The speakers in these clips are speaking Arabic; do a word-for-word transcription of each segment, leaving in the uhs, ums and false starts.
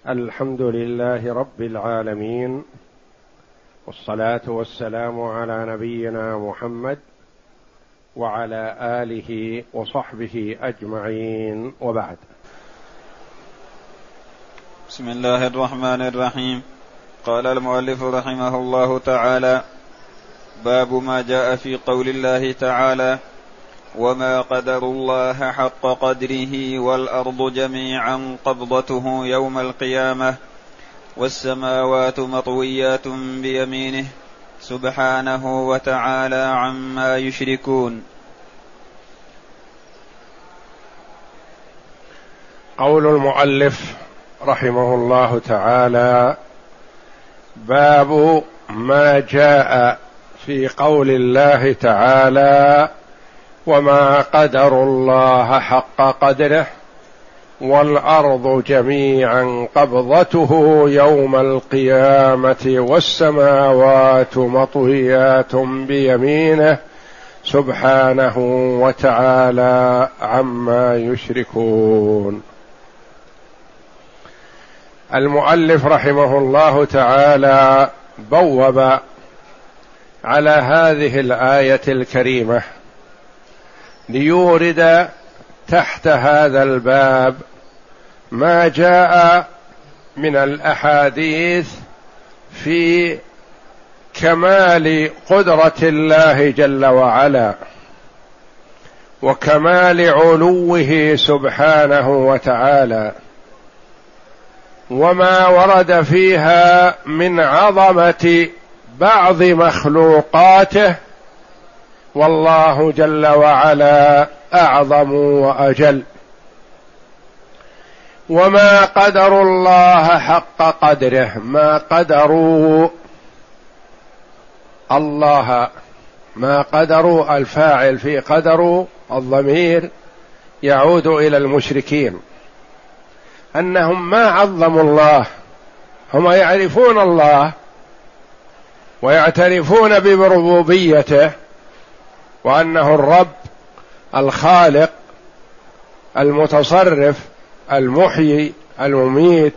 الحمد لله رب العالمين، والصلاة والسلام على نبينا محمد وعلى آله وصحبه أجمعين، وبعد. بسم الله الرحمن الرحيم. قال المؤلف رحمه الله تعالى: باب ما جاء في قول الله تعالى: وما قدروا الله حق قدره والأرض جميعا قبضته يوم القيامة والسماوات مطويات بيمينه سبحانه وتعالى عما يشركون. قول المؤلف رحمه الله تعالى: باب ما جاء في قول الله تعالى: وما قدروا الله حق قدره والأرض جميعا قبضته يوم القيامة والسماوات مطويات بيمينه سبحانه وتعالى عما يشركون. المؤلف رحمه الله تعالى بوب على هذه الآية الكريمة ليورد تحت هذا الباب ما جاء من الأحاديث في كمال قدرة الله جل وعلا وكمال علوه سبحانه وتعالى، وما ورد فيها من عظمة بعض مخلوقاته، والله جل وعلا أعظم وأجل. وما قدروا الله حق قدره، ما قدروا الله، ما قدروا الفاعل في قدروا الضمير يعود إلى المشركين، أنهم ما عظموا الله. هم يعرفون الله ويعترفون بربوبيته وأنه الرب الخالق المتصرف المحيي المميت،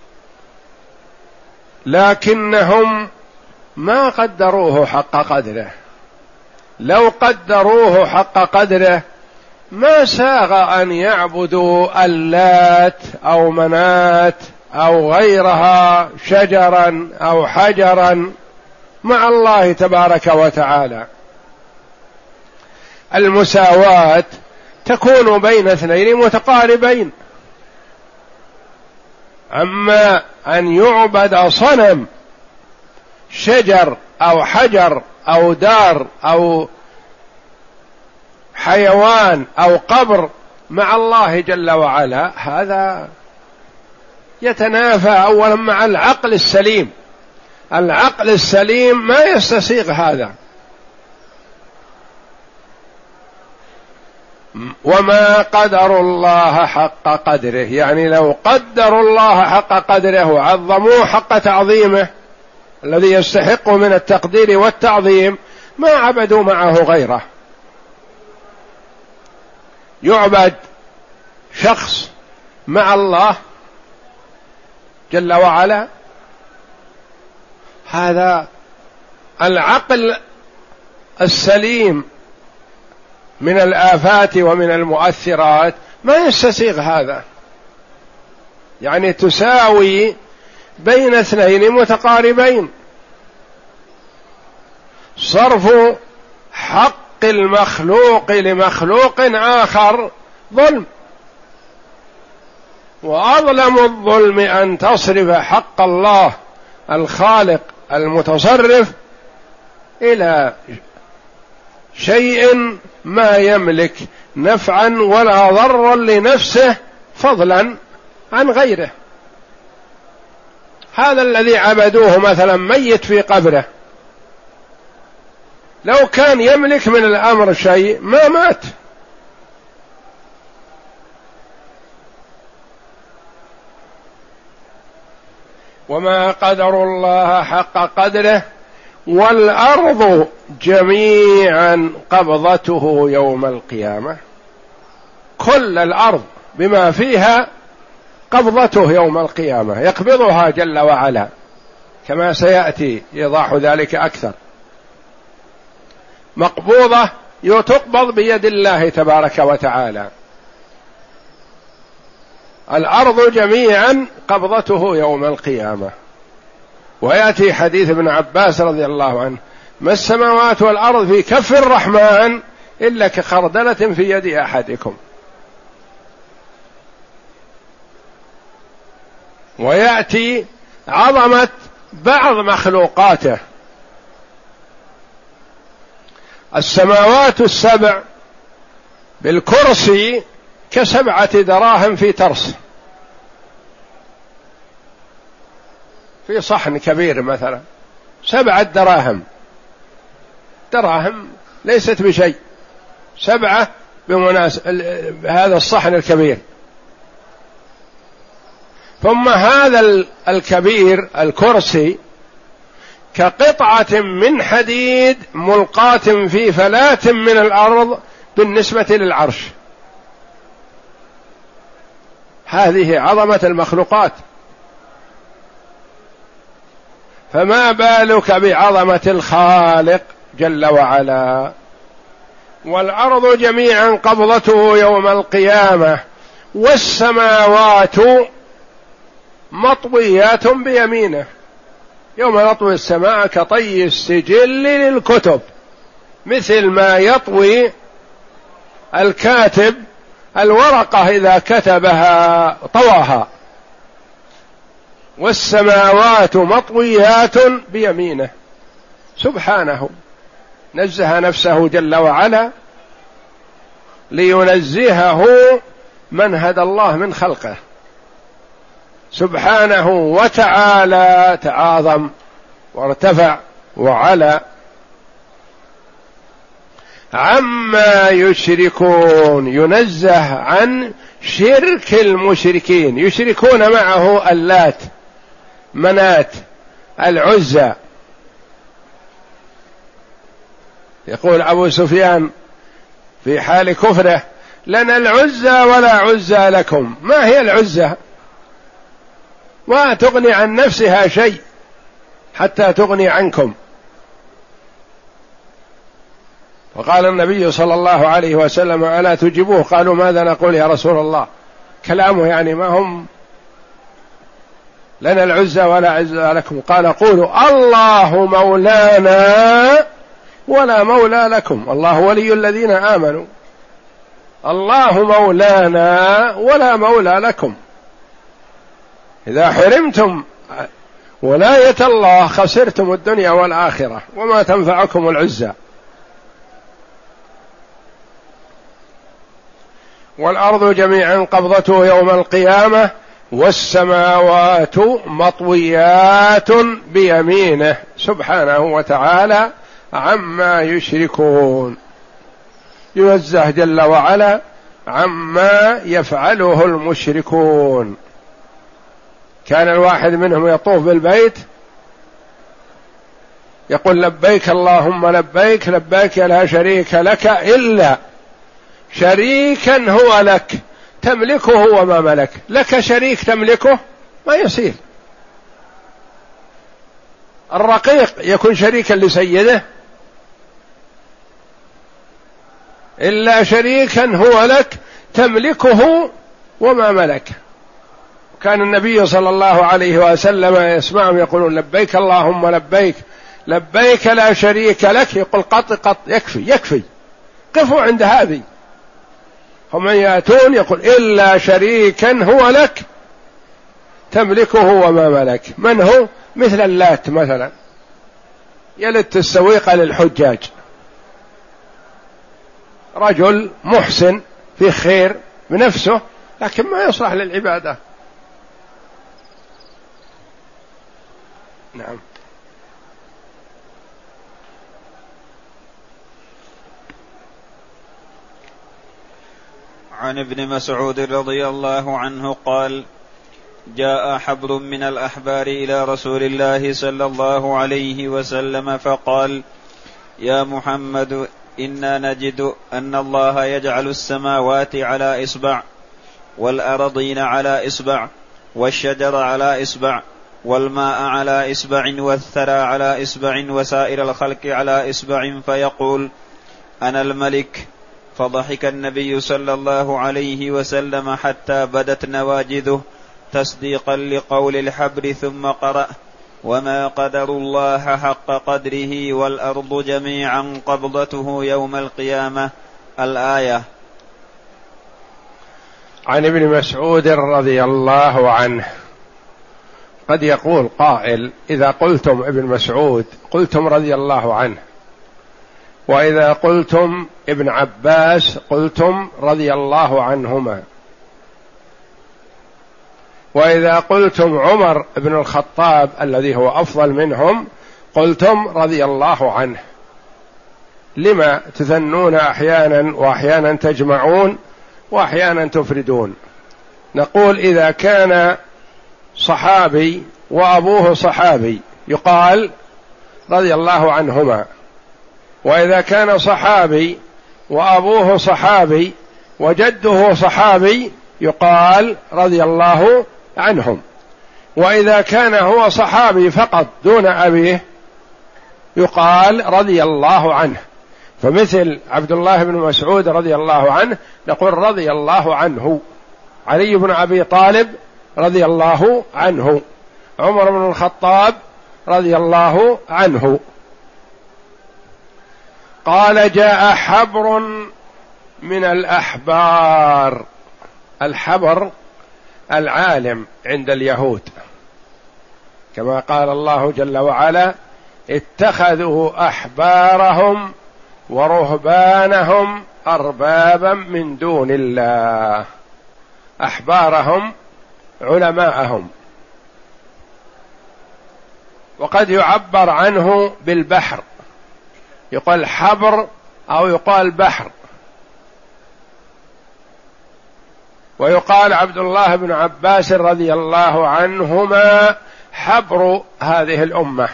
لكنهم ما قدروه حق قدره. لو قدروه حق قدره ما ساغ أن يعبدوا اللات أو منات أو غيرها شجرا أو حجرا مع الله تبارك وتعالى. المساواة تكون بين اثنين متقاربين، أما أن يعبد صنم شجر أو حجر أو دار أو حيوان أو قبر مع الله جل وعلا، هذا يتنافى أولا مع العقل السليم. العقل السليم ما يستسيغ هذا. وما قدروا الله حق قدره، يعني لو قدروا الله حق قدره وعظموه حق تعظيمه الذي يستحق من التقدير والتعظيم ما عبدوا معه غيره. يعبد شخص مع الله جل وعلا، هذا العقل السليم من الآفات ومن المؤثرات ما يستسيغ هذا. يعني تساوي بين اثنين متقاربين. صرف حق المخلوق لمخلوق آخر ظلم، وأظلم الظلم أن تصرف حق الله الخالق المتصرف إلى شيء ما يملك نفعا ولا ضرا لنفسه فضلا عن غيره. هذا الذي عبدوه مثلا ميت في قبره، لو كان يملك من الأمر شيء ما مات. وما قدروا الله حق قدره والأرض جميعا قبضته يوم القيامة، كل الأرض بما فيها قبضته يوم القيامة، يقبضها جل وعلا كما سيأتي إيضاح ذلك أكثر. مقبوضة تقبض بيد الله تبارك وتعالى. الأرض جميعا قبضته يوم القيامة. ويأتي حديث ابن عباس رضي الله عنه: ما السماوات والأرض في كف الرحمن إلا كخردلة في يد أحدكم. ويأتي عظمة بعض مخلوقاته: السماوات السبع بالكرسي كسبعة دراهم في ترس، في صحن كبير مثلا سبعة دراهم، دراهم ليست بشيء، سبعة بمناسبة هذا الصحن الكبير. ثم هذا الكبير الكرسي كقطعة من حديد ملقاة في فلاة من الأرض بالنسبة للعرش. هذه عظمة المخلوقات، فما بالك بعظمة الخالق جل وعلا. والأرض جميعا قبضته يوم القيامة، والسماوات مطويات بيمينه. يوم نطوي السماء كطي السجل للكتب، مثل ما يطوي الكاتب الورقة إذا كتبها طواها. والسماوات مطويات بيمينه سبحانه، نزه نفسه جل وعلا لينزهه من هدى الله من خلقه سبحانه وتعالى، تعاظم وارتفع وعلى عما يشركون، ينزه عن شرك المشركين. يشركون معه اللات، منات، العزى. يقول أبو سفيان في حال كفره: لنا العزى ولا عزى لكم. ما هي العزى؟ ما تغني عن نفسها شيء حتى تغني عنكم. وقال النبي صلى الله عليه وسلم: ألا تجيبوه؟ قالوا: ماذا نقول يا رسول الله؟ كلامه يعني ما هم لنا العزى ولا عزى لكم. قال: قولوا الله مولانا ولا مولى لكم. الله ولي الذين آمنوا، الله مولانا ولا مولى لكم. إذا حرمتم ولاية الله خسرتم الدنيا والآخرة، وما تنفعكم العزى. والأرض جميعا قبضته يوم القيامة، والسماوات مطويات بيمينه سبحانه وتعالى عما يشركون. ينزه جل وعلا عما يفعله المشركون. كان الواحد منهم يطوف بالبيت يقول: لبيك اللهم لبيك، لبيك لا شريك لك إلا شريكا هو لك تملكه وما ملك. لك شريك تملكه؟ ما يصير. الرقيق يكون شريكا لسيده؟ إلا شريكا هو لك تملكه وما ملك. كان النبي صلى الله عليه وسلم يسمعهم يقولون: لبيك اللهم لبيك، لبيك لا شريك لك. يقول: قط قط، يكفي يكفي، قفوا عند هذه. هم يأتون يقول: إلا شريكا هو لك تملكه وما ملك. من هو؟ مثل اللات مثلا، يلت السويقة للحجاج، رجل محسن في خير بنفسه لكن ما يصلح للعبادة. نعم. عن ابن مسعود رضي الله عنه قال: جاء حبر من الأحبار إلى رسول الله صلى الله عليه وسلم فقال: يا محمد، إنا نجد أن الله يجعل السماوات على إصبع والأرضين على إصبع والشجر على إصبع والماء على إصبع والثرى على إصبع وسائر الخلق على إصبع فيقول أنا الملك. فضحك النبي صلى الله عليه وسلم حتى بدت نواجذه تصديقا لقول الحبر ثم قرأ وما قدر الله حق قدره والأرض جميعا قبضته يوم القيامة الآية. عن ابن مسعود رضي الله عنه قد يقول قائل إذا قلتم ابن مسعود قلتم رضي الله عنه، وإذا قلتم ابن عباس قلتم رضي الله عنهما، وإذا قلتم عمر بن الخطاب الذي هو أفضل منهم قلتم رضي الله عنه. لما تثنون أحيانا وأحيانا تجمعون وأحيانا تفردون؟ نقول إذا كان صحابي وأبوه صحابي يقال رضي الله عنهما، وإذا كان صحابي وأبوه صحابي وجده صحابي يقال رضي الله عنهم، وإذا كان هو صحابي فقط دون أبيه يقال رضي الله عنه. فمثل عبد الله بن مسعود رضي الله عنه نقول رضي الله عنه، علي بن أبي طالب رضي الله عنه، عمر بن الخطاب رضي الله عنه. قال جاء حبر من الأحبار. الحبر العالم عند اليهود، كما قال الله جل وعلا اتخذوا أحبارهم ورهبانهم أربابا من دون الله. أحبارهم علماءهم، وقد يعبر عنه بالبحر، يقال حبر أو يقال بحر. ويقال عبد الله بن عباس رضي الله عنهما حبر هذه الأمة،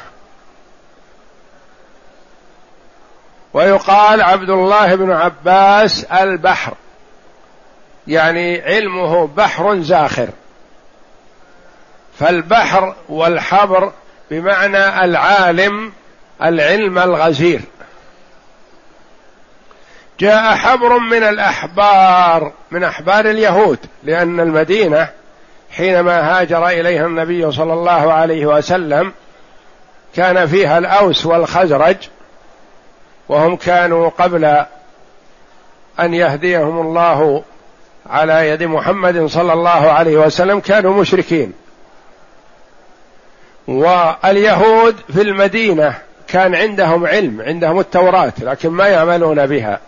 ويقال عبد الله بن عباس البحر، يعني علمه بحر زاخر. فالبحر والحبر بمعنى العالم العلم الغزير. جاء حبر من الأحبار، من أحبار اليهود، لأن المدينة حينما هاجر إليها النبي صلى الله عليه وسلم كان فيها الأوس والخزرج، وهم كانوا قبل أن يهديهم الله على يد محمد صلى الله عليه وسلم كانوا مشركين. واليهود في المدينة كان عندهم علم، عندهم التوراة لكن ما يعملون بها،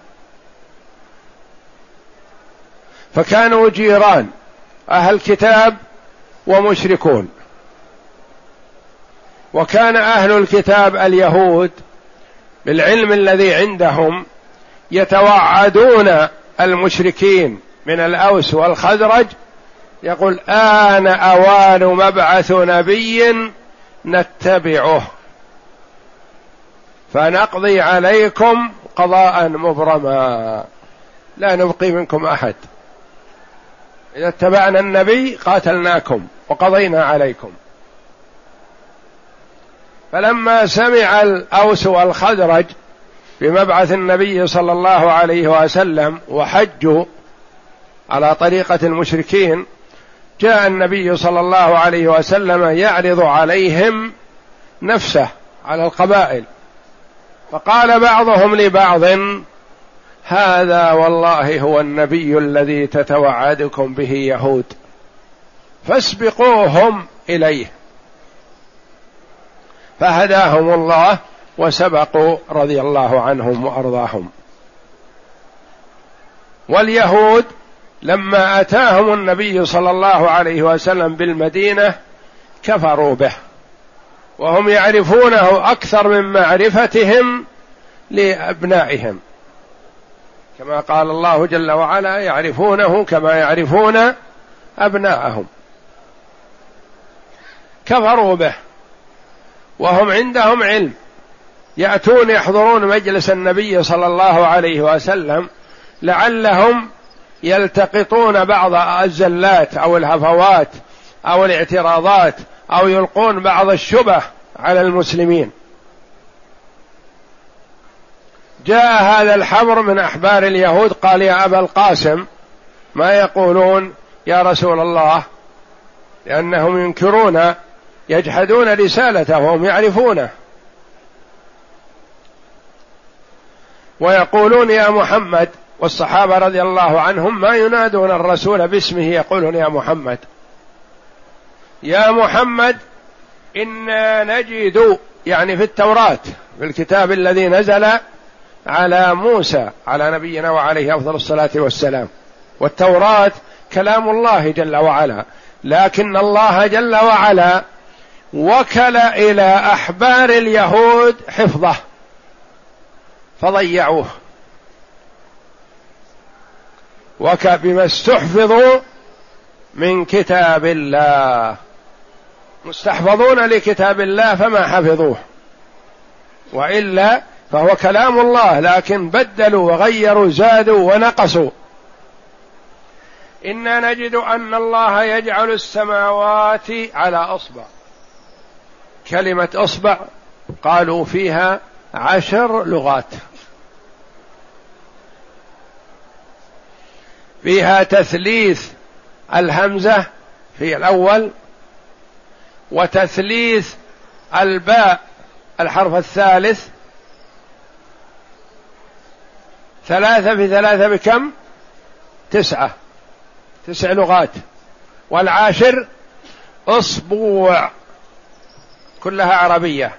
فكانوا جيران أهل كتاب ومشركون. وكان أهل الكتاب اليهود بالعلم الذي عندهم يتوعدون المشركين من الأوس والخزرج، يقول آن أوان مبعث نبي نتبعه فنقضي عليكم قضاء مبرما لا نبقي منكم أحد، إذا اتبعنا النبي قاتلناكم وقضينا عليكم. فلما سمع الأوس والخزرج بمبعث النبي صلى الله عليه وسلم وحجوا على طريقة المشركين، جاء النبي صلى الله عليه وسلم يعرض عليهم نفسه على القبائل، فقال بعضهم لبعض هذا والله هو النبي الذي تتوعدكم به يهود فاسبقوهم إليه، فهداهم الله وسبقوا رضي الله عنهم وأرضاهم. واليهود لما أتاهم النبي صلى الله عليه وسلم بالمدينة كفروا به، وهم يعرفونه أكثر من معرفتهم لأبنائهم، كما قال الله جل وعلا يعرفونه كما يعرفون أبناءهم. كفروا به وهم عندهم علم، يأتون يحضرون مجلس النبي صلى الله عليه وسلم لعلهم يلتقطون بعض الزلات أو الهفوات أو الاعتراضات أو يلقون بعض الشبه على المسلمين. جاء هذا الحبر من أحبار اليهود قال: يا أبا القاسم، ما يقولون يا رسول الله؟ لأنهم ينكرون يجحدون رسالته وهم يعرفونه، ويقولون يا محمد. والصحابة رضي الله عنهم ما ينادون الرسول باسمه، يقولون يا محمد يا محمد. إنا نجد، يعني في التوراة، في الكتاب الذي نزل على موسى على نبينا وعليه أفضل الصلاة والسلام، والتوراة كلام الله جل وعلا، لكن الله جل وعلا وكل إلى أحبار اليهود حفظه فضيعوه، وبما استحفظوا من كتاب الله، مستحفظون لكتاب الله فما حفظوه، وإلا فهو كلام الله لكن بدلوا وغيروا زادوا ونقصوا. إنا نجد أن الله يجعل السماوات على أصبع. كلمة أصبع قالوا فيها عشر لغات، فيها تثليث الهمزة في الأول، وتثليث الباء الحرف الثالث، ثلاثة في ثلاثة بكم؟ تسعة، تسع لغات. والعاشر أصبوع، كلها عربية.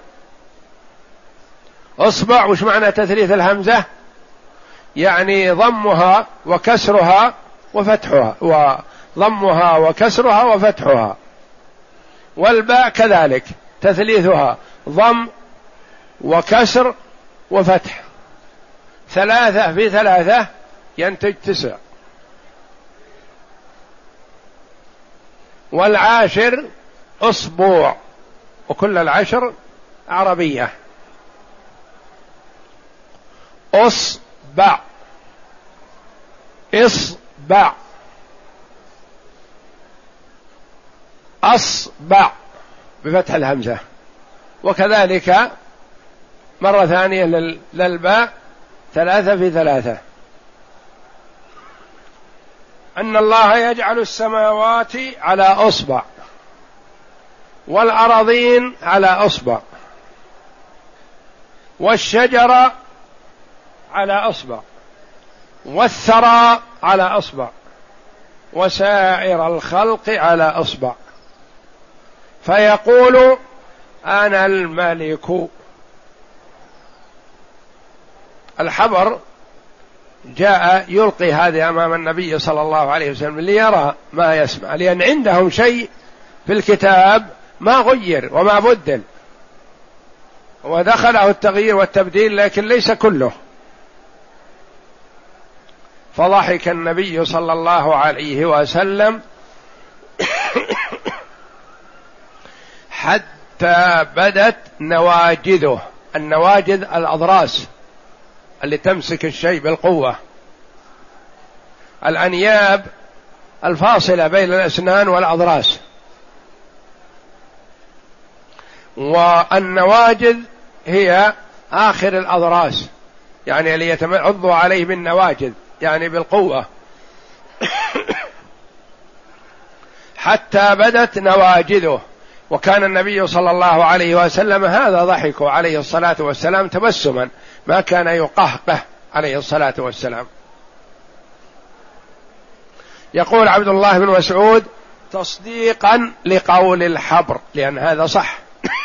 أصبع وش معنى تثليث الهمزة؟ يعني ضمها وكسرها وفتحها، وضمها وكسرها وفتحها. والباء كذلك تثليثها ضم وكسر وفتح، ثلاثة في ثلاثة ينتج تسع. والعاشر أصبوع، وكل العشر عربية. أصبع، إصبع، أصبع بفتح الهمزة. وكذلك مرة ثانية للباء ثلاثة في ثلاثة. أن الله يجعل السماوات على أصبع، والأراضين على أصبع، والشجر على أصبع، والثرى على أصبع، وسائر الخلق على أصبع، فيقول أنا الملك. الحبر جاء يلقي هذا أمام النبي صلى الله عليه وسلم ليرى ما يسمع، لأن عندهم شيء في الكتاب ما غير وما بدل، ودخله التغيير والتبديل لكن ليس كله. فضحك النبي صلى الله عليه وسلم حتى بدت نواجذه. النواجذ الأضراس اللي تمسك الشيء بالقوة، الأنياب الفاصلة بين الأسنان والأضراس، والنواجذ هي آخر الأضراس، يعني اللي يتعضوا عليه بالنواجذ يعني بالقوة. حتى بدت نواجذه. وكان النبي صلى الله عليه وسلم هذا ضحكه عليه الصلاة والسلام تبسما، ما كان يقهقه عليه الصلاة والسلام. يقول عبد الله بن مسعود تصديقا لقول الحبر، لأن هذا صح.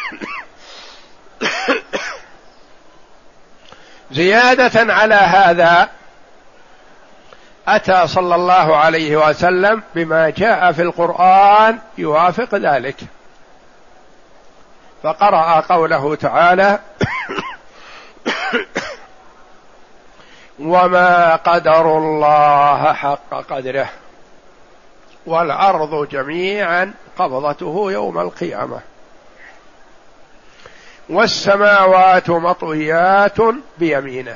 زيادة على هذا أتى صلى الله عليه وسلم بما جاء في القرآن يوافق ذلك، فقرأ قوله تعالى وما قدر الله حق قدره والأرض جميعا قبضته يوم القيامة والسماوات مطويات بيمينه.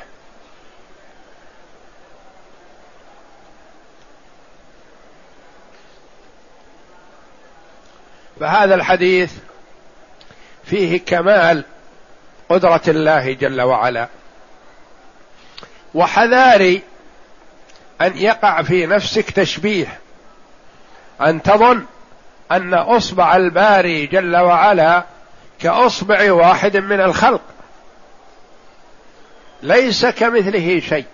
فهذا الحديث فيه كمال قدرة الله جل وعلا، وحذاري أن يقع في نفسك تشبيه، أن تظن أن أصبع الباري جل وعلا كأصبع واحد من الخلق، ليس كمثله شيء.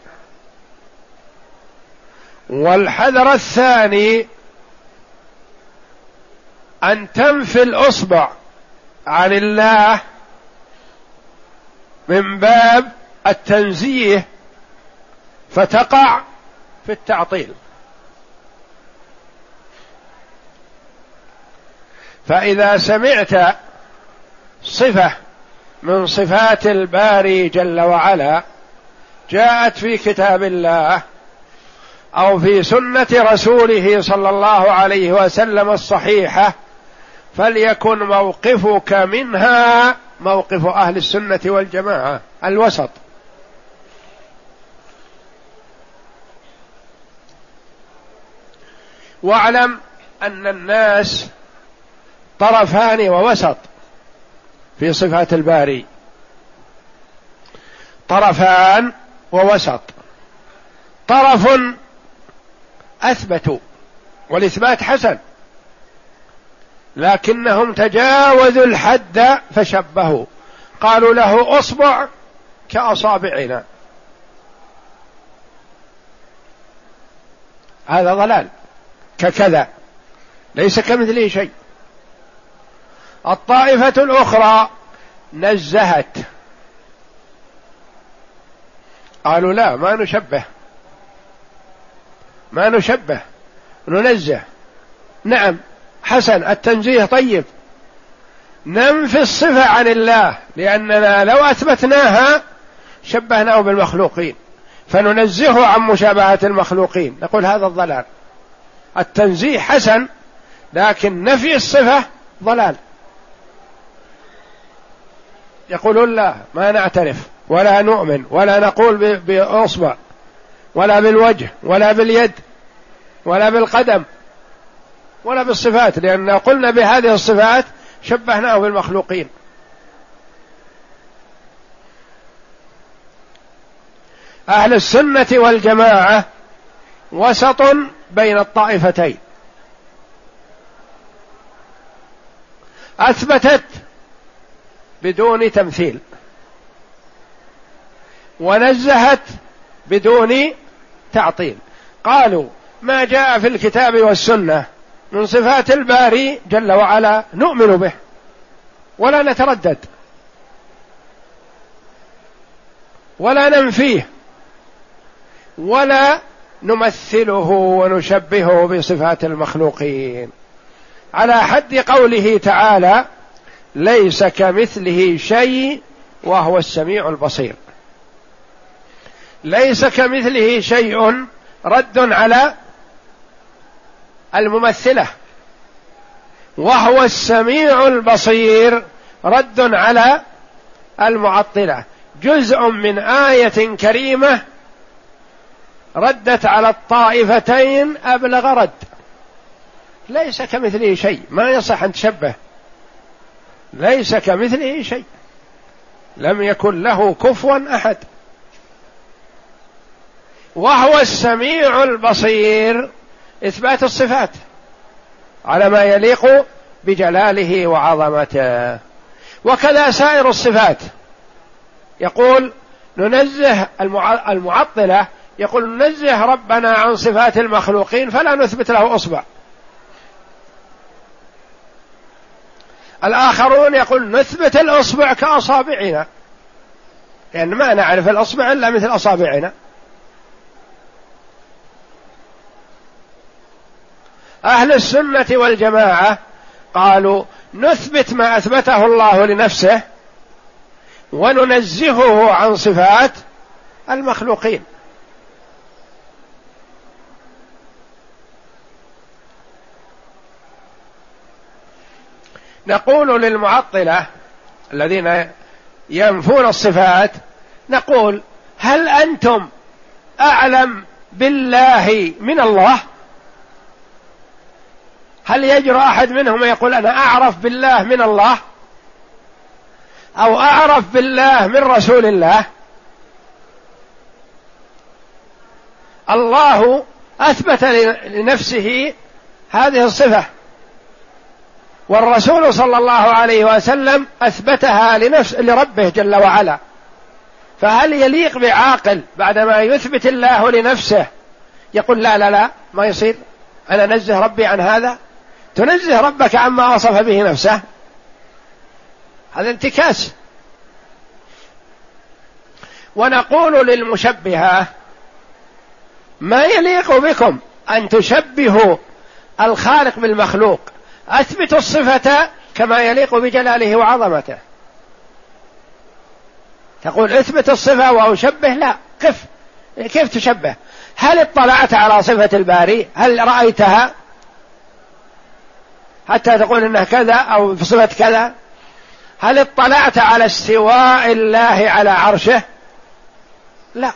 والحذر الثاني أن تنفي الأصبع عن الله من باب التنزيه فتقع في التعطيل. فإذا سمعت صفة من صفات الباري جل وعلا جاءت في كتاب الله أو في سنة رسوله صلى الله عليه وسلم الصحيحة، فليكن موقفك منها موقف أهل السنة والجماعة الوسط. واعلم أن الناس طرفان ووسط في صفات الباري، طرفان ووسط. طرف أثبتوا والإثبات حسن، لكنهم تجاوزوا الحد فشبهوا، قالوا له أصبع كأصابعنا، هذا ضلال، ككذا ليس كمثله شيء. الطائفة الأخرى نزهت، قالوا لا ما نشبه، ما نشبه ننزه. نعم حسن، التنزيه طيب، ننفي الصفة عن الله، لأننا لو أثبتناها شبهناه بالمخلوقين فننزهه عن مشابهة المخلوقين، نقول هذا الضلال. التنزيه حسن لكن نفي الصفة ضلال. يقولون لا ما نعترف ولا نؤمن ولا نقول بأصبع ولا بالوجه ولا باليد ولا بالقدم ولا بالصفات، لأن قلنا بهذه الصفات شبهناه بالمخلوقين. أهل السنة والجماعة وسط بين الطائفتين، أثبتت بدون تمثيل ونزهت بدون تعطيل. قالوا ما جاء في الكتاب والسنة من صفات الباري جل وعلا نؤمن به ولا نتردد ولا ننفيه ولا نمثله ونشبهه بصفات المخلوقين، على حد قوله تعالى ليس كمثله شيء وهو السميع البصير. ليس كمثله شيء رد على الممثلة، وهو السميع البصير رد على المعطلة. جزء من آية كريمة ردت على الطائفتين أبلغ رد. ليس كمثله شيء، ما يصح أن تشبه، ليس كمثله شيء، لم يكن له كفوا أحد. وهو السميع البصير إثبات الصفات على ما يليق بجلاله وعظمته. وكذا سائر الصفات، يقول ننزه المعطلة، يقول ننزه ربنا عن صفات المخلوقين فلا نثبت له أصبع. الآخرون يقول نثبت الأصبع كأصابعنا، لأن يعني ما نعرف الأصبع إلا مثل أصابعنا. أهل السنة والجماعة قالوا نثبت ما أثبته الله لنفسه وننزهه عن صفات المخلوقين. نقول للمعطلة الذين ينفون الصفات، نقول هل أنتم أعلم بالله من الله؟ هل يجرؤ أحد منهم يقول أنا أعرف بالله من الله أو أعرف بالله من رسول الله؟ الله أثبت لنفسه هذه الصفة، والرسول صلى الله عليه وسلم أثبتها لنفس لربه جل وعلا، فهل يليق بعاقل بعدما يثبت الله لنفسه يقول لا لا لا ما يصير، أنا نزه ربي عن هذا؟ تنزه ربك عما وصف به نفسه، هذا انتكاس. ونقول للمشبهة ما يليق بكم أن تشبهوا الخالق بالمخلوق، أثبتوا الصفة كما يليق بجلاله وعظمته. تقول اثبت الصفة وأشبه، لا، كيف كيف تشبه؟ هل اطلعت على صفة الباري؟ هل رأيتها حتى تقول إنها كذا أو بصفة كذا؟ هل اطلعت على استواء الله على عرشه؟ لا.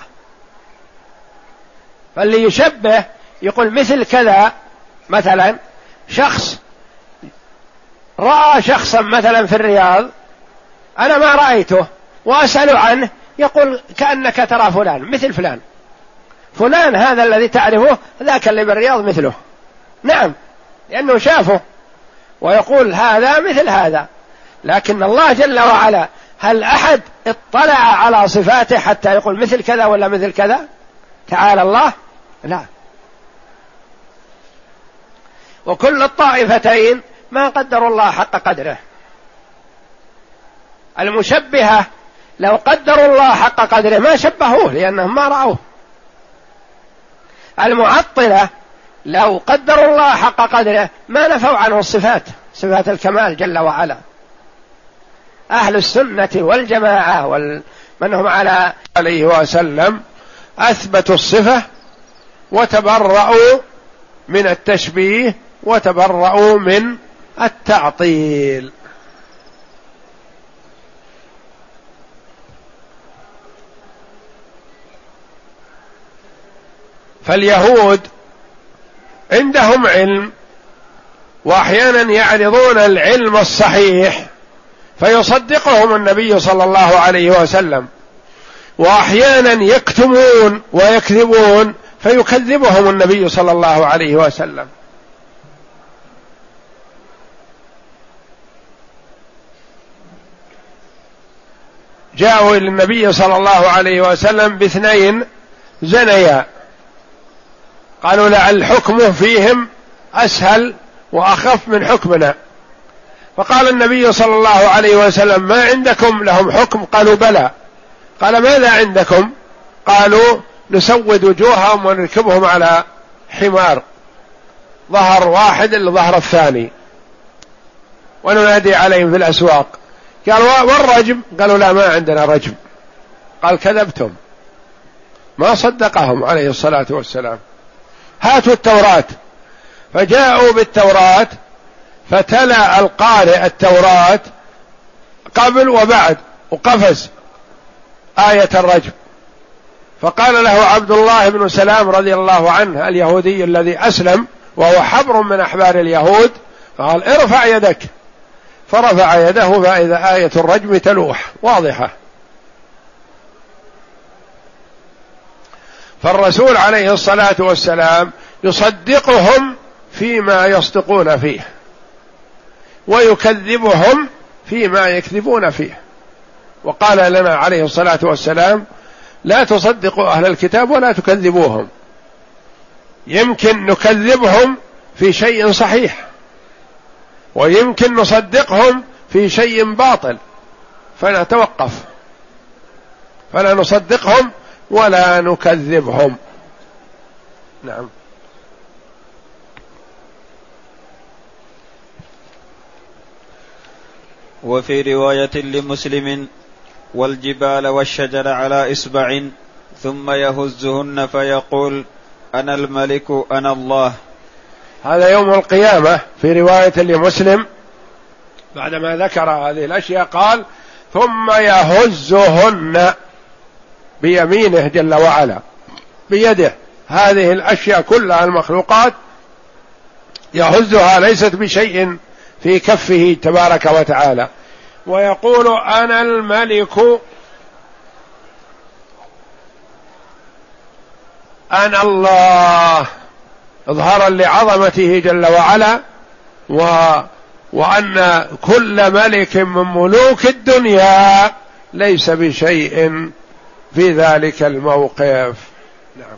فاللي يشبه يقول مثل كذا، مثلا شخص رأى شخصا مثلا في الرياض أنا ما رأيته وأسأل عنه، يقول كأنك ترى فلان مثل فلان، فلان هذا الذي تعرفه ذاك اللي بالرياض مثله، نعم لأنه شافه، ويقول هذا مثل هذا. لكن الله جل وعلا هل أحد اطلع على صفاته حتى يقول مثل كذا ولا مثل كذا؟ تعالى الله، لا. وكل الطائفتين ما قدروا الله حق قدره. المشبهة لو قدروا الله حق قدره ما شبهوه لأنهم ما رأوه. المعطلة لو قدروا الله حق قدره ما نفوا عنه الصفات، صفات الكمال جل وعلا. أهل السنة والجماعة ومن هم على عليه وسلم أثبتوا الصفة وتبرؤوا من التشبيه وتبرؤوا من التعطيل. فاليهود عندهم علم، وأحيانا يعرضون العلم الصحيح فيصدقهم النبي صلى الله عليه وسلم، وأحيانا يكتمون ويكذبون فيكذبهم النبي صلى الله عليه وسلم. جاءوا إلى النبي صلى الله عليه وسلم باثنين زنيا، قالوا لعل حكمه فيهم أسهل وأخف من حكمنا، فقال النبي صلى الله عليه وسلم ما عندكم لهم حكم؟ قالوا بلى. قال ماذا عندكم؟ قالوا نسود وجوههم ونركبهم على حمار ظهر واحد إلا ظهر الثاني وننادي عليهم في الأسواق. قال والرجم؟ قالوا لا ما عندنا رجم. قال كذبتم، ما صدقهم عليه الصلاة والسلام. هاتوا التوراة، فجاءوا بالتوراة فتلا القارئ التوراة قبل وبعد وقفز آية الرجم، فقال له عبد الله بن سلام رضي الله عنه اليهودي الذي أسلم وهو حبر من أحبار اليهود، قال ارفع يدك، فرفع يده فإذا آية الرجم تلوح واضحة. فالرسول عليه الصلاة والسلام يصدقهم فيما يصدقون فيه ويكذبهم فيما يكذبون فيه. وقال لنا عليه الصلاة والسلام لا تصدقوا أهل الكتاب ولا تكذبوهم، يمكن نكذبهم في شيء صحيح ويمكن نصدقهم في شيء باطل، فنتوقف، فلا نصدقهم ولا نكذبهم. نعم. وفي رواية لمسلم والجبال والشجر على إصبع ثم يهزهن فيقول أنا الملك أنا الله. هذا يوم القيامة. في رواية لمسلم بعدما ذكر هذه الأشياء قال ثم يهزهن بيمينه جل وعلا بيده، هذه الأشياء كلها المخلوقات يهزها ليست بشيء في كفه تبارك وتعالى، ويقول أنا الملك أنا الله، إظهارا لعظمته جل وعلا، و وأن كل ملك من ملوك الدنيا ليس بشيء في ذلك الموقف. نعم.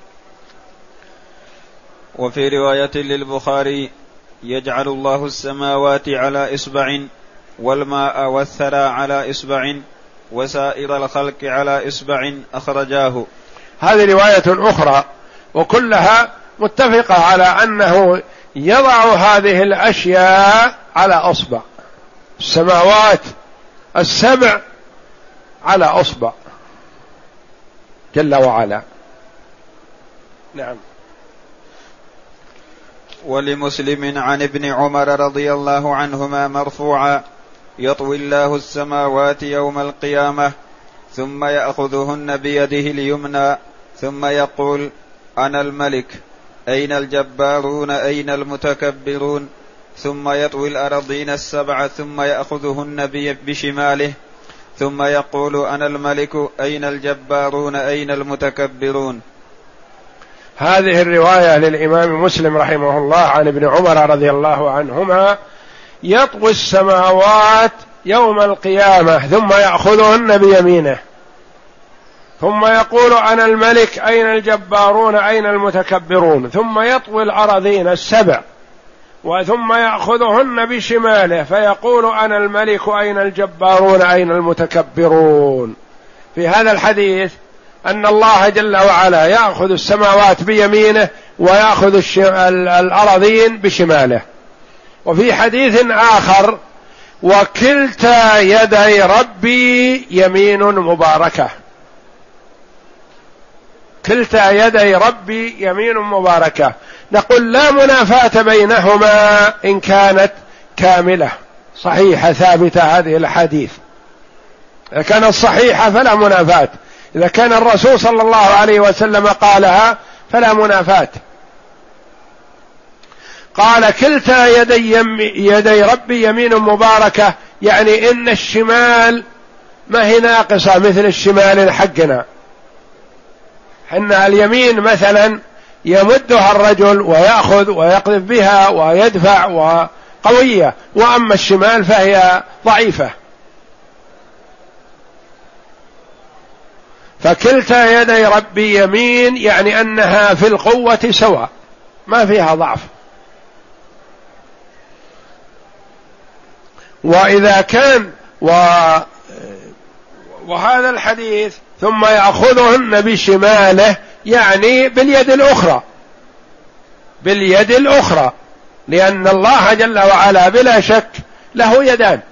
وفي رواية للبخاري يجعل الله السماوات على إصبع والماء والثرى على إصبع وسائر الخلق على إصبع، أخرجاه. هذه رواية أخرى وكلها متفقة على أنه يضع هذه الأشياء على أصبع، السماوات السبع على أصبع جل وعلا. نعم. ولمسلم عن ابن عمر رضي الله عنهما مرفوعا: يطوي الله السماوات يوم القيامة ثم يأخذهن بيده اليمنى ثم يقول أنا الملك، أين الجبارون أين المتكبرون، ثم يطوي الأرضين السبع ثم يأخذهن بشماله ثم يقول أنا الملك، أين الجبارون أين المتكبرون. هذه الرواية للإمام مسلم رحمه الله عن ابن عمر رضي الله عنهما: يطوي السماوات يوم القيامة ثم يأخذهن بيمينه ثم يقول أنا الملك أين الجبارون أين المتكبرون، ثم يطوي الأراضين السبع وثم يأخذهن بشماله فيقول أنا الملك أين الجبارون أين المتكبرون. في هذا الحديث أن الله جل وعلا يأخذ السماوات بيمينه ويأخذ الأراضين بشماله. وفي حديث آخر: وكلتا يدي ربي يمين مباركة، كلتا يدي ربي يمين مباركة. نقول لا منافاة بينهما إن كانت كاملة صحيحة ثابتة هذه الحديث. إذا كانت صحيحة فلا منافاة، إذا كان الرسول صلى الله عليه وسلم قالها فلا منافاة. قال كلتا يدي, يدي ربي يمين مباركة، يعني إن الشمال ما هي ناقصة مثل الشمال حقنا. إن اليمين مثلا يمدها الرجل ويأخذ ويقذف بها ويدفع وقوية، وأما الشمال فهي ضعيفة. فكلتا يدي ربي يمين يعني أنها في القوة سواء ما فيها ضعف. وإذا كان و... وهذا الحديث ثم يأخذهن بشماله يعني باليد الأخرى، باليد الأخرى، لأن الله جل وعلا بلا شك له يدان،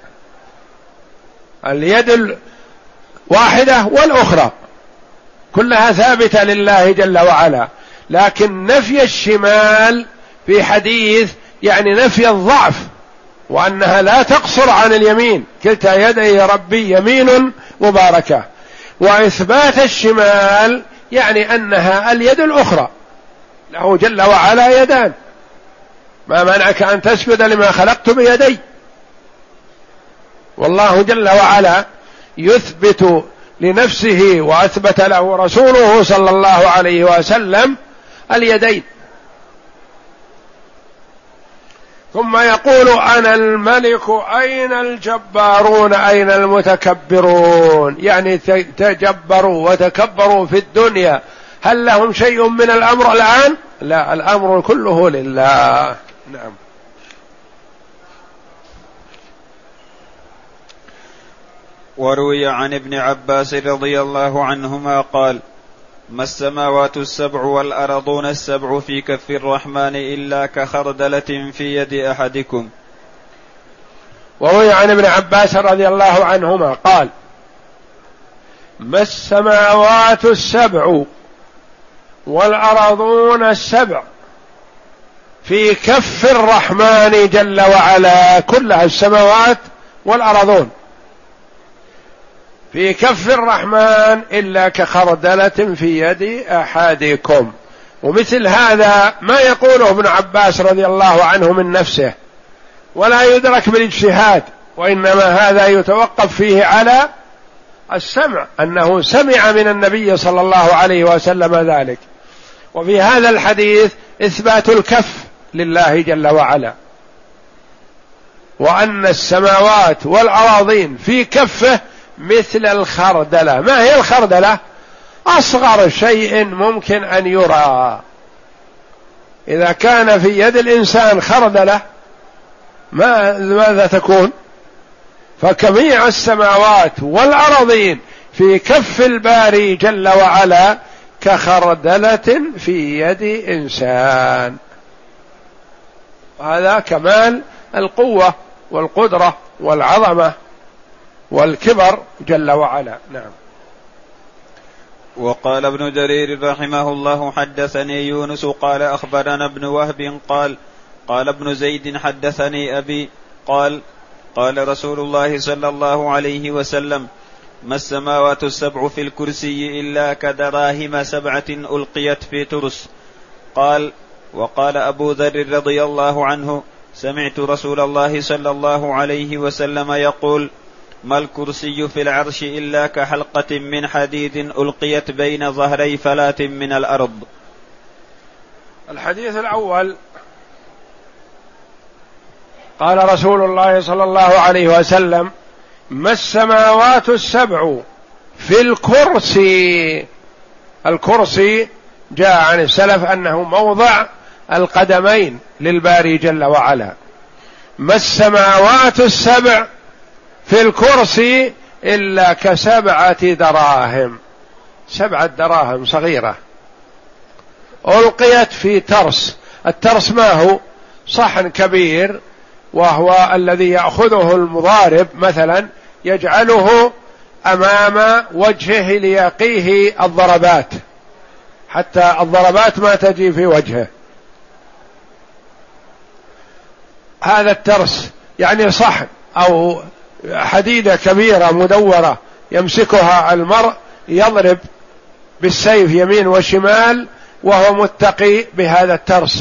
اليد الواحدة والأخرى كلها ثابتة لله جل وعلا. لكن نفي الشمال في حديث يعني نفي الضعف، وأنها لا تقصر عن اليمين، كلتا يدي ربي يمين مباركة. وإثبات الشمال يعني أنها اليد الأخرى، له جل وعلا يدان، ما منعك أن تسجد لما خلقت بيدي. والله جل وعلا يثبت لنفسه وأثبت له رسوله صلى الله عليه وسلم اليدين. ثم يقول أنا الملك أين الجبارون أين المتكبرون، يعني تجبروا وتكبروا في الدنيا، هل لهم شيء من الأمر الآن؟ لا، الأمر كله لله. نعم. وروي عن ابن عباس رضي الله عنهما قال: ما السماوات السبع والأرضون السبع في كف الرحمن إلا كخردلة في يد أحدكم. وروي عن ابن عباس رضي الله عنهما قال: ما السماوات السبع والأرضون السبع في كف الرحمن جل وعلا، كلها السماوات والأرضون في كف الرحمن إلا كخردلة في يد أحدكم. ومثل هذا ما يقوله ابن عباس رضي الله عنه من نفسه، ولا يدرك بالاجتهاد، وإنما هذا يتوقف فيه على السمع، أنه سمع من النبي صلى الله عليه وسلم ذلك. وفي هذا الحديث إثبات الكف لله جل وعلا، وأن السماوات والأراضين في كفه مثل الخردلة. ما هي الخردلة؟ أصغر شيء ممكن أن يرى. إذا كان في يد الإنسان خردلة ما ماذا تكون؟ فجميع السماوات والأراضين في كف الباري جل وعلا كخردلة في يد إنسان. هذا كمال القوة والقدرة والعظمة والكبر جل وعلا. نعم. وقال ابن جرير رحمه الله حدثني يونس قال أخبرنا ابن وهب قال قال ابن زيد حدثني أبي قال قال رسول الله صلى الله عليه وسلم: ما السماوات السبع في الكرسي إلا كدراهم سبعة ألقيت في ترس. قال: وقال أبو ذر رضي الله عنه: سمعت رسول الله صلى الله عليه وسلم يقول: ما الكرسي في العرش إلا كحلقة من حديد ألقيت بين ظهري فلاة من الأرض. الحديث الأول قال رسول الله صلى الله عليه وسلم: ما السماوات السبع في الكرسي. الكرسي جاء عن السلف أنه موضع القدمين للباري جل وعلا. ما السماوات السبع في الكرسي إلا كسبعة دراهم، سبعة دراهم صغيرة ألقيت في ترس. الترس ما هو؟ صحن كبير، وهو الذي يأخذه المضارب مثلا يجعله أمام وجهه ليقيه الضربات، حتى الضربات ما تجي في وجهه. هذا الترس يعني صحن أو حديدة كبيرة مدورة يمسكها المرء يضرب بالسيف يمين وشمال وهو متقي بهذا الترس.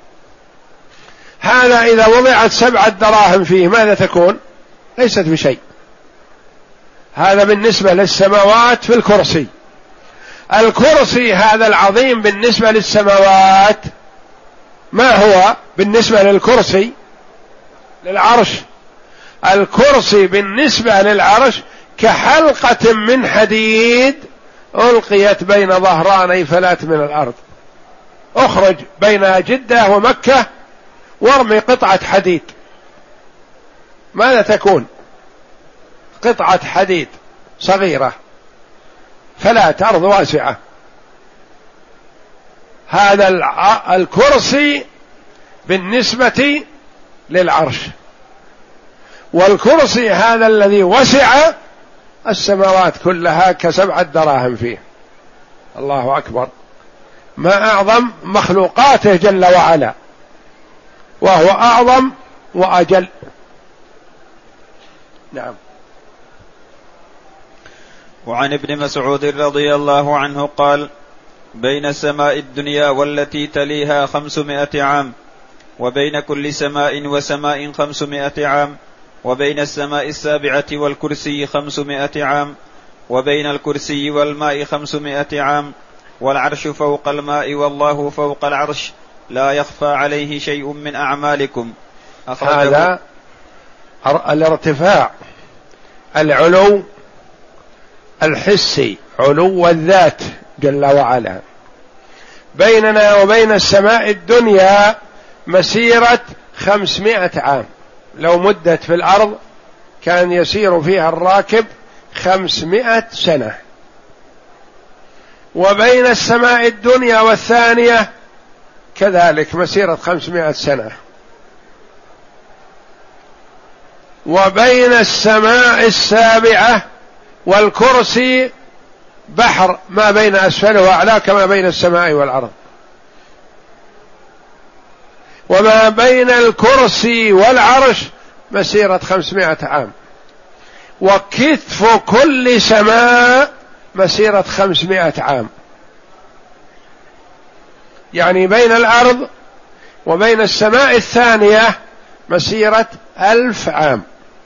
هذا إذا وضعت سبعة دراهم فيه ماذا تكون؟ ليست بشيء. هذا بالنسبة للسماوات في الكرسي. الكرسي هذا العظيم بالنسبة للسماوات ما هو بالنسبة للكرسي؟ للعرش. الكرسي بالنسبة للعرش كحلقة من حديد ألقيت بين ظهراني فلاة من الأرض. اخرج بين جدة ومكة وارمي قطعة حديد، ماذا تكون؟ قطعة حديد صغيرة، فلاة أرض واسعة. هذا الكرسي بالنسبة للعرش، والكرسي هذا الذي وسع السماوات كلها كسبعة دراهم فيه. الله أكبر، ما أعظم مخلوقاته جل وعلا، وهو أعظم وأجل. نعم. وعن ابن مسعود رضي الله عنه قال: بين السماء الدنيا والتي تليها خمسمائة عام، وبين كل سماء وسماء خمسمائة عام، وبين السماء السابعة والكرسي خمسمائة عام، وبين الكرسي والماء خمسمائة عام، والعرش فوق الماء والله فوق العرش، لا يخفى عليه شيء من أعمالكم. هذا الارتفاع، العلو الحسي، علو الذات جل وعلا. بيننا وبين السماء الدنيا مسيرة خمسمائة عام، لو مدت في الأرض كان يسير فيها الراكب خمسمائة سنة. وبين السماء الدنيا والثانية كذلك مسيرة خمسمائة سنة. وبين السماء السابعة والكرسي بحر ما بين أسفله وأعلاه كما بين السماء والأرض. وما بين الكرسي والعرش مسيرة خمسمائة عام، وكتف كل سماء مسيرة خمسمائة عام. يعني بين الأرض وبين السماء الثانية مسيرة ألف عام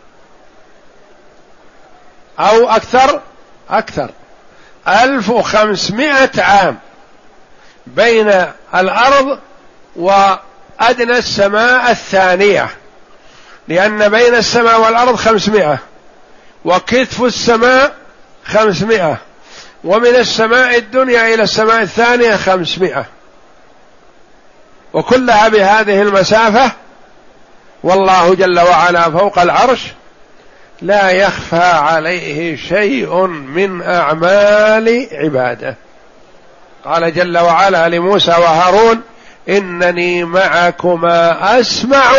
أو أكثر أكثر ألف وخمسمائة عام بين الأرض وأدنى السماء الثانية، لأن بين السماء والأرض خمسمائة، وكتف السماء خمسمائة، ومن السماء الدنيا إلى السماء الثانية خمسمائة، وكلها بهذه المسافة، والله جل وعلا فوق العرش لا يخفى عليه شيء من أعمال عباده. قال جل وعلا لموسى وهارون: إنني معكما أسمع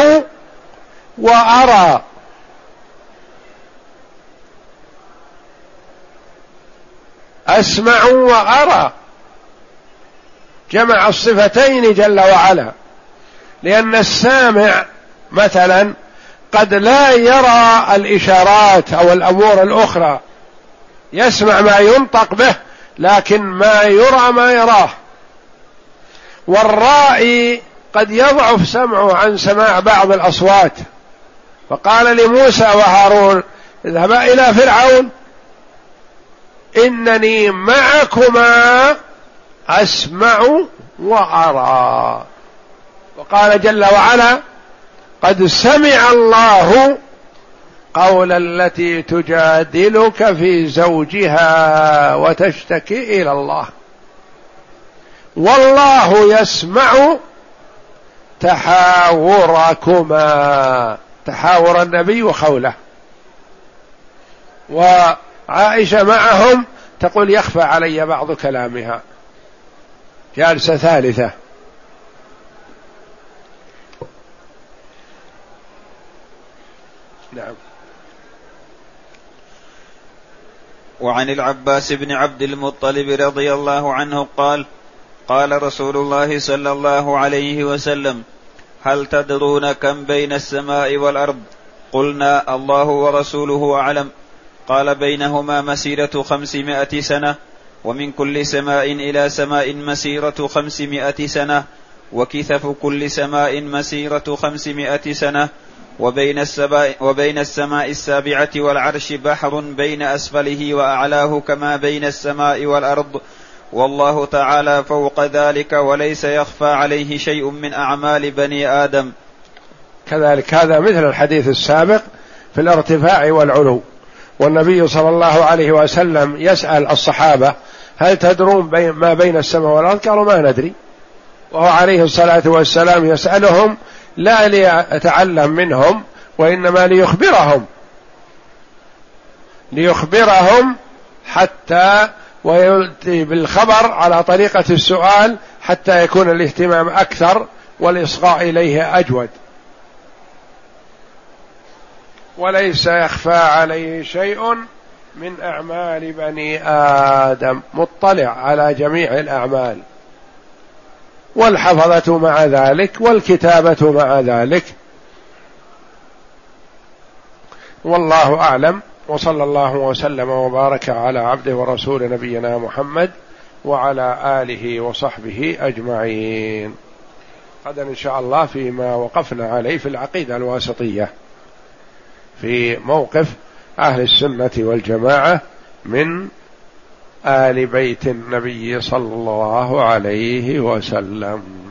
وأرى. أسمع وأرى، جمع الصفتين جل وعلا، لأن السامع مثلا قد لا يرى الإشارات أو الأمور الأخرى، يسمع ما ينطق به لكن ما يرى ما يراه. والرائي قد يضعف سمعه عن سماع بعض الأصوات، فقال لموسى وهارون: اذهبا إلى فرعون إنني معكما أسمع وأرى. وقال جل وعلا: قد سمع الله قول التي تجادلك في زوجها وتشتكي إلى الله والله يسمع تحاوركما. تحاور النبي وخوله، وعائشة معهم تقول: يخفى علي بعض كلامها، جالسة ثالثة. نعم. وعن العباس بن عبد المطلب رضي الله عنه قال: قال رسول الله صلى الله عليه وسلم: هل تدرون كم بين السماء والأرض؟ قلنا: الله ورسوله أعلم. قال: بينهما مسيرة خمسمائة سنة، ومن كل سماء إلى سماء مسيرة خمسمائة سنة، وكثف كل سماء مسيرة خمسمائة سنة، وبين السماء, وبين السماء السابعة والعرش بحر بين أسفله وأعلاه كما بين السماء والأرض، والله تعالى فوق ذلك وليس يخفى عليه شيء من أعمال بني آدم. كذلك هذا مثل الحديث السابق في الارتفاع والعلو، والنبي صلى الله عليه وسلم يسأل الصحابة: هل تدرون بين ما بين السماء والأرض؟ قالوا: ما ندري. وهو عليه الصلاة والسلام يسألهم لا ليتعلم منهم، وإنما ليخبرهم ليخبرهم حتى ويأتي بالخبر على طريقة السؤال حتى يكون الاهتمام أكثر والإصغاء إليه أجود. وليس يخفى عليه شيء من أعمال بني آدم، مطلع على جميع الأعمال، والحفظة مع ذلك، والكتابة مع ذلك. والله أعلم، وصلى الله وسلم وبارك على عبده ورسول نبينا محمد وعلى آله وصحبه أجمعين. غدا إن شاء الله فيما وقفنا عليه في العقيدة الواسطية، في موقف أهل السنة والجماعة من آل بيت النبي صلى الله عليه وسلم.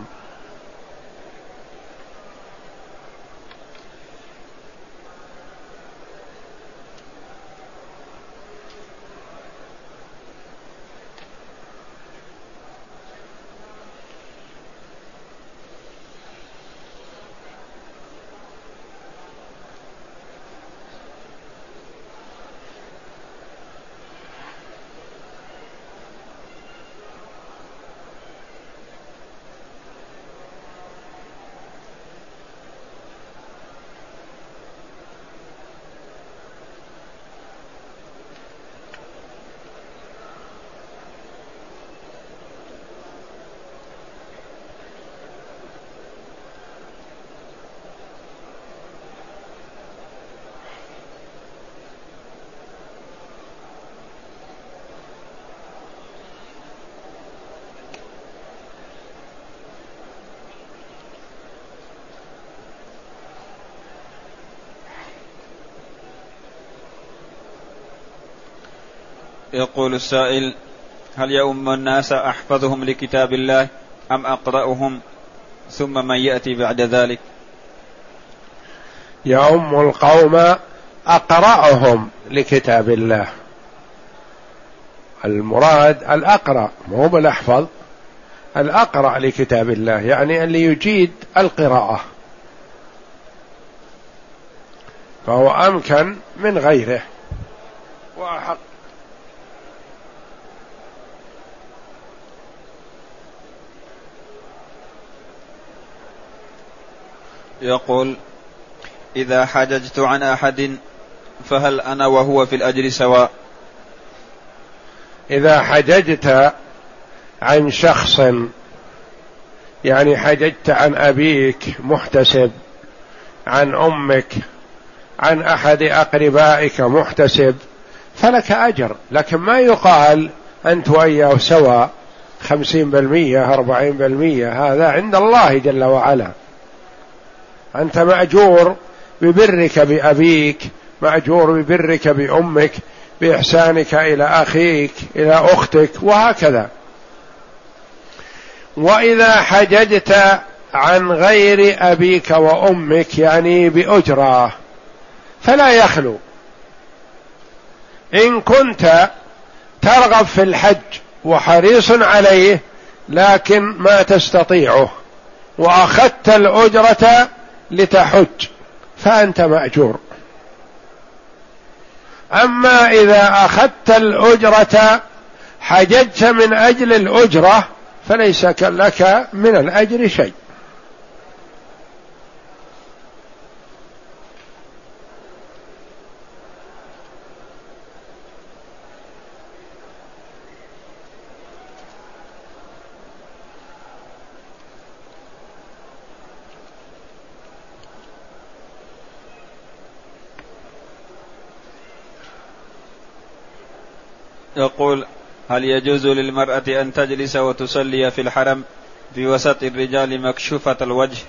يقول السائل: هل يؤم الناس أحفظهم لكتاب الله أم أقرأهم ثم من يأتي بعد ذلك؟ يؤم القوم أقرأهم لكتاب الله، المراد الأقرأ مو بالأحفظ، الأقرأ لكتاب الله يعني اللي يجيد القراءة، فهو أمكن من غيره وأحق. يقول: إذا حججت عن أحد فهل أنا وهو في الأجر سواء؟ إذا حججت عن شخص، يعني حججت عن أبيك محتسب، عن أمك، عن أحد أقربائك محتسب، فلك أجر، لكن ما يقال أنت وإياه سواء خمسين بالمية أربعين بالمية، هذا عند الله جل وعلا. أنت مأجور ببرك بأبيك، مأجور ببرك بأمك، بإحسانك إلى أخيك إلى أختك، وهكذا. وإذا حججت عن غير أبيك وأمك يعني بأجرة فلا يخلو، إن كنت ترغب في الحج وحريص عليه لكن ما تستطيعه وأخذت الأجرة لتحج فأنت مأجور. أما إذا أخذت الأجرة حججت من أجل الأجرة فليس لك من الأجر شيء. يقول: هل يجوز للمرأة أن تجلس وتصلي في الحرم في وسط الرجال مكشوفة الوجه؟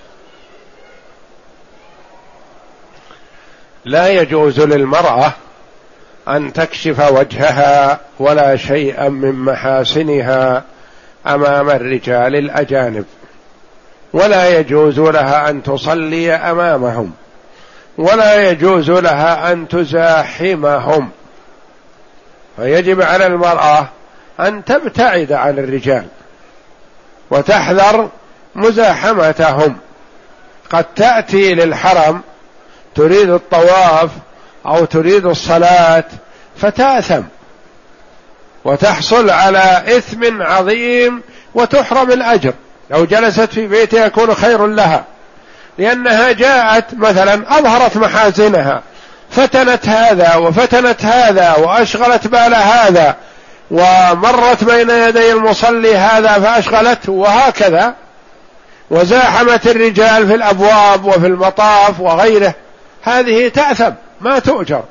لا يجوز للمرأة أن تكشف وجهها ولا شيئا من محاسنها أمام الرجال الأجانب، ولا يجوز لها أن تصلي أمامهم، ولا يجوز لها أن تزاحمهم، فيجب على المرأة أن تبتعد عن الرجال وتحذر مزاحمتهم. قد تأتي للحرم تريد الطواف أو تريد الصلاة فتأثم وتحصل على إثم عظيم وتحرم الأجر. لو جلست في بيتها يكون خير لها، لأنها جاءت مثلا أظهرت محاسنها، فتنت هذا وفتنت هذا وأشغلت بال هذا، ومرت بين يدي المصلي هذا فأشغلته، وهكذا، وزاحمت الرجال في الأبواب وفي المطاف وغيره، هذه تأثم ما تؤجر.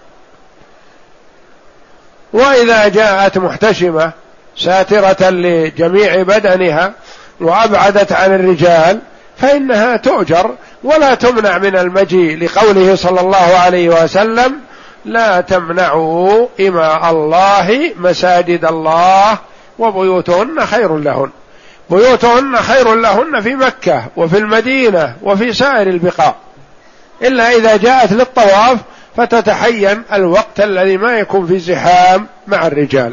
وإذا جاءت محتشمة ساترة لجميع بدنها وأبعدت عن الرجال فإنها تؤجر ولا تمنع من المجيء، لقوله صلى الله عليه وسلم: لا تمنعوا إماء الله مساجد الله وبيوتهن خير لهن. بيوتهن خير لهن في مكة وفي المدينة وفي سائر البقاع، إلا إذا جاءت للطواف فتتحين الوقت الذي ما يكون في زحام مع الرجال.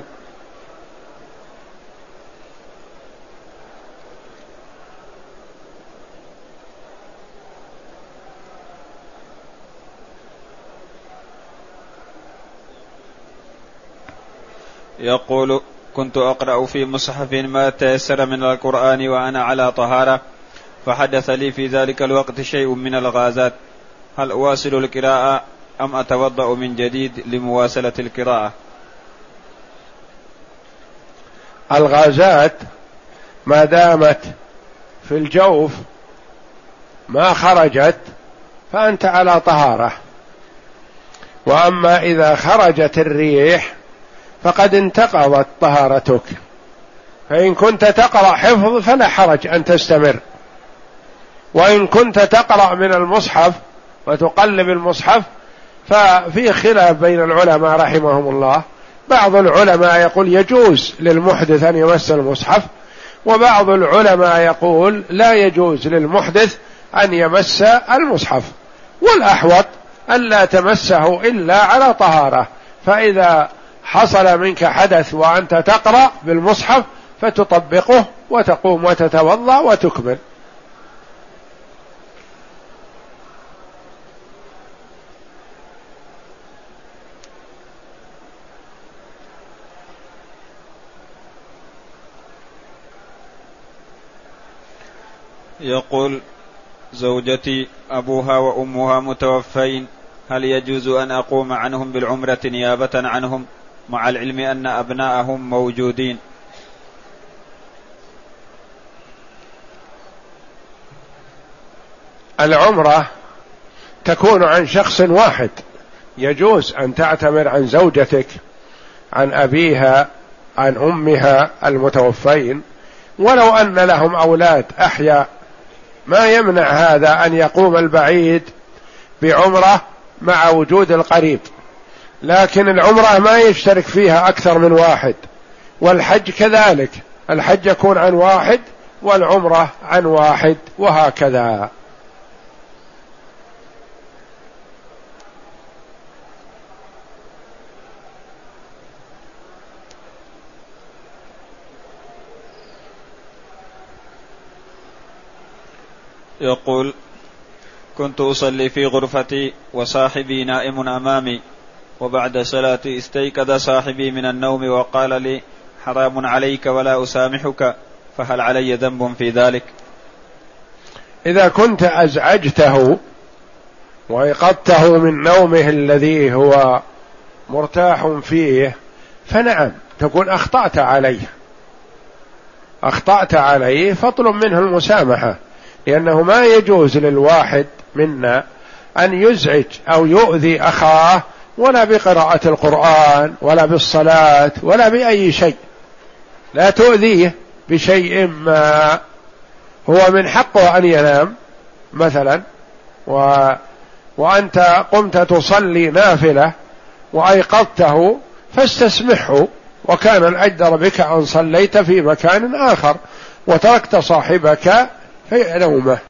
يقول: كنت أقرأ في مصحف ما تيسر من القرآن وأنا على طهارة، فحدث لي في ذلك الوقت شيء من الغازات، هل أواصل القراءة أم أتوضأ من جديد لمواصلة القراءة؟ الغازات ما دامت في الجوف ما خرجت فأنت على طهارة، وأما إذا خرجت الريح فقد انتقضت طهارتك، فإن كنت تقرأ حفظ فلا حرج أن تستمر، وإن كنت تقرأ من المصحف وتقلب المصحف ففي خلاف بين العلماء رحمهم الله، بعض العلماء يقول يجوز للمحدث أن يمس المصحف، وبعض العلماء يقول لا يجوز للمحدث أن يمس المصحف، والأحوط أن لا تمسه إلا على طهارة. فإذا حصل منك حدث وأنت تقرأ بالمصحف فتطبقه وتقوم وتتوضأ وتكمل. يقول: زوجتي أبوها وأمها متوفين، هل يجوز أن أقوم عنهم بالعمرة نيابة عنهم مع العلم أن أبناءهم موجودين؟ العمرة تكون عن شخص واحد، يجوز أن تعتمر عن زوجتك، عن أبيها، عن أمها المتوفين، ولو أن لهم أولاد أحياء ما يمنع هذا أن يقوم البعيد بعمرة مع وجود القريب. لكن العمرة ما يشترك فيها أكثر من واحد، والحج كذلك، الحج يكون عن واحد والعمرة عن واحد، وهكذا. يقول: كنت أصلي في غرفتي وصاحبي نائم أمامي، وبعد صلاتي استيقظ صاحبي من النوم وقال لي: حرام عليك ولا أسامحك، فهل علي ذنب في ذلك؟ إذا كنت أزعجته وأيقظته من نومه الذي هو مرتاح فيه فنعم، تكون أخطأت عليه أخطأت عليه فاطلب منه المسامحة، لأنه ما يجوز للواحد منا أن يزعج أو يؤذي أخاه، ولا بقراءة القرآن ولا بالصلاة ولا بأي شيء، لا تؤذيه بشيء ما هو من حقه أن ينام مثلا، و... وأنت قمت تصلي نافلة وأيقظته فاستسمحه، وكان الأجدر بك أن صليت في مكان آخر وتركت صاحبك في نومه.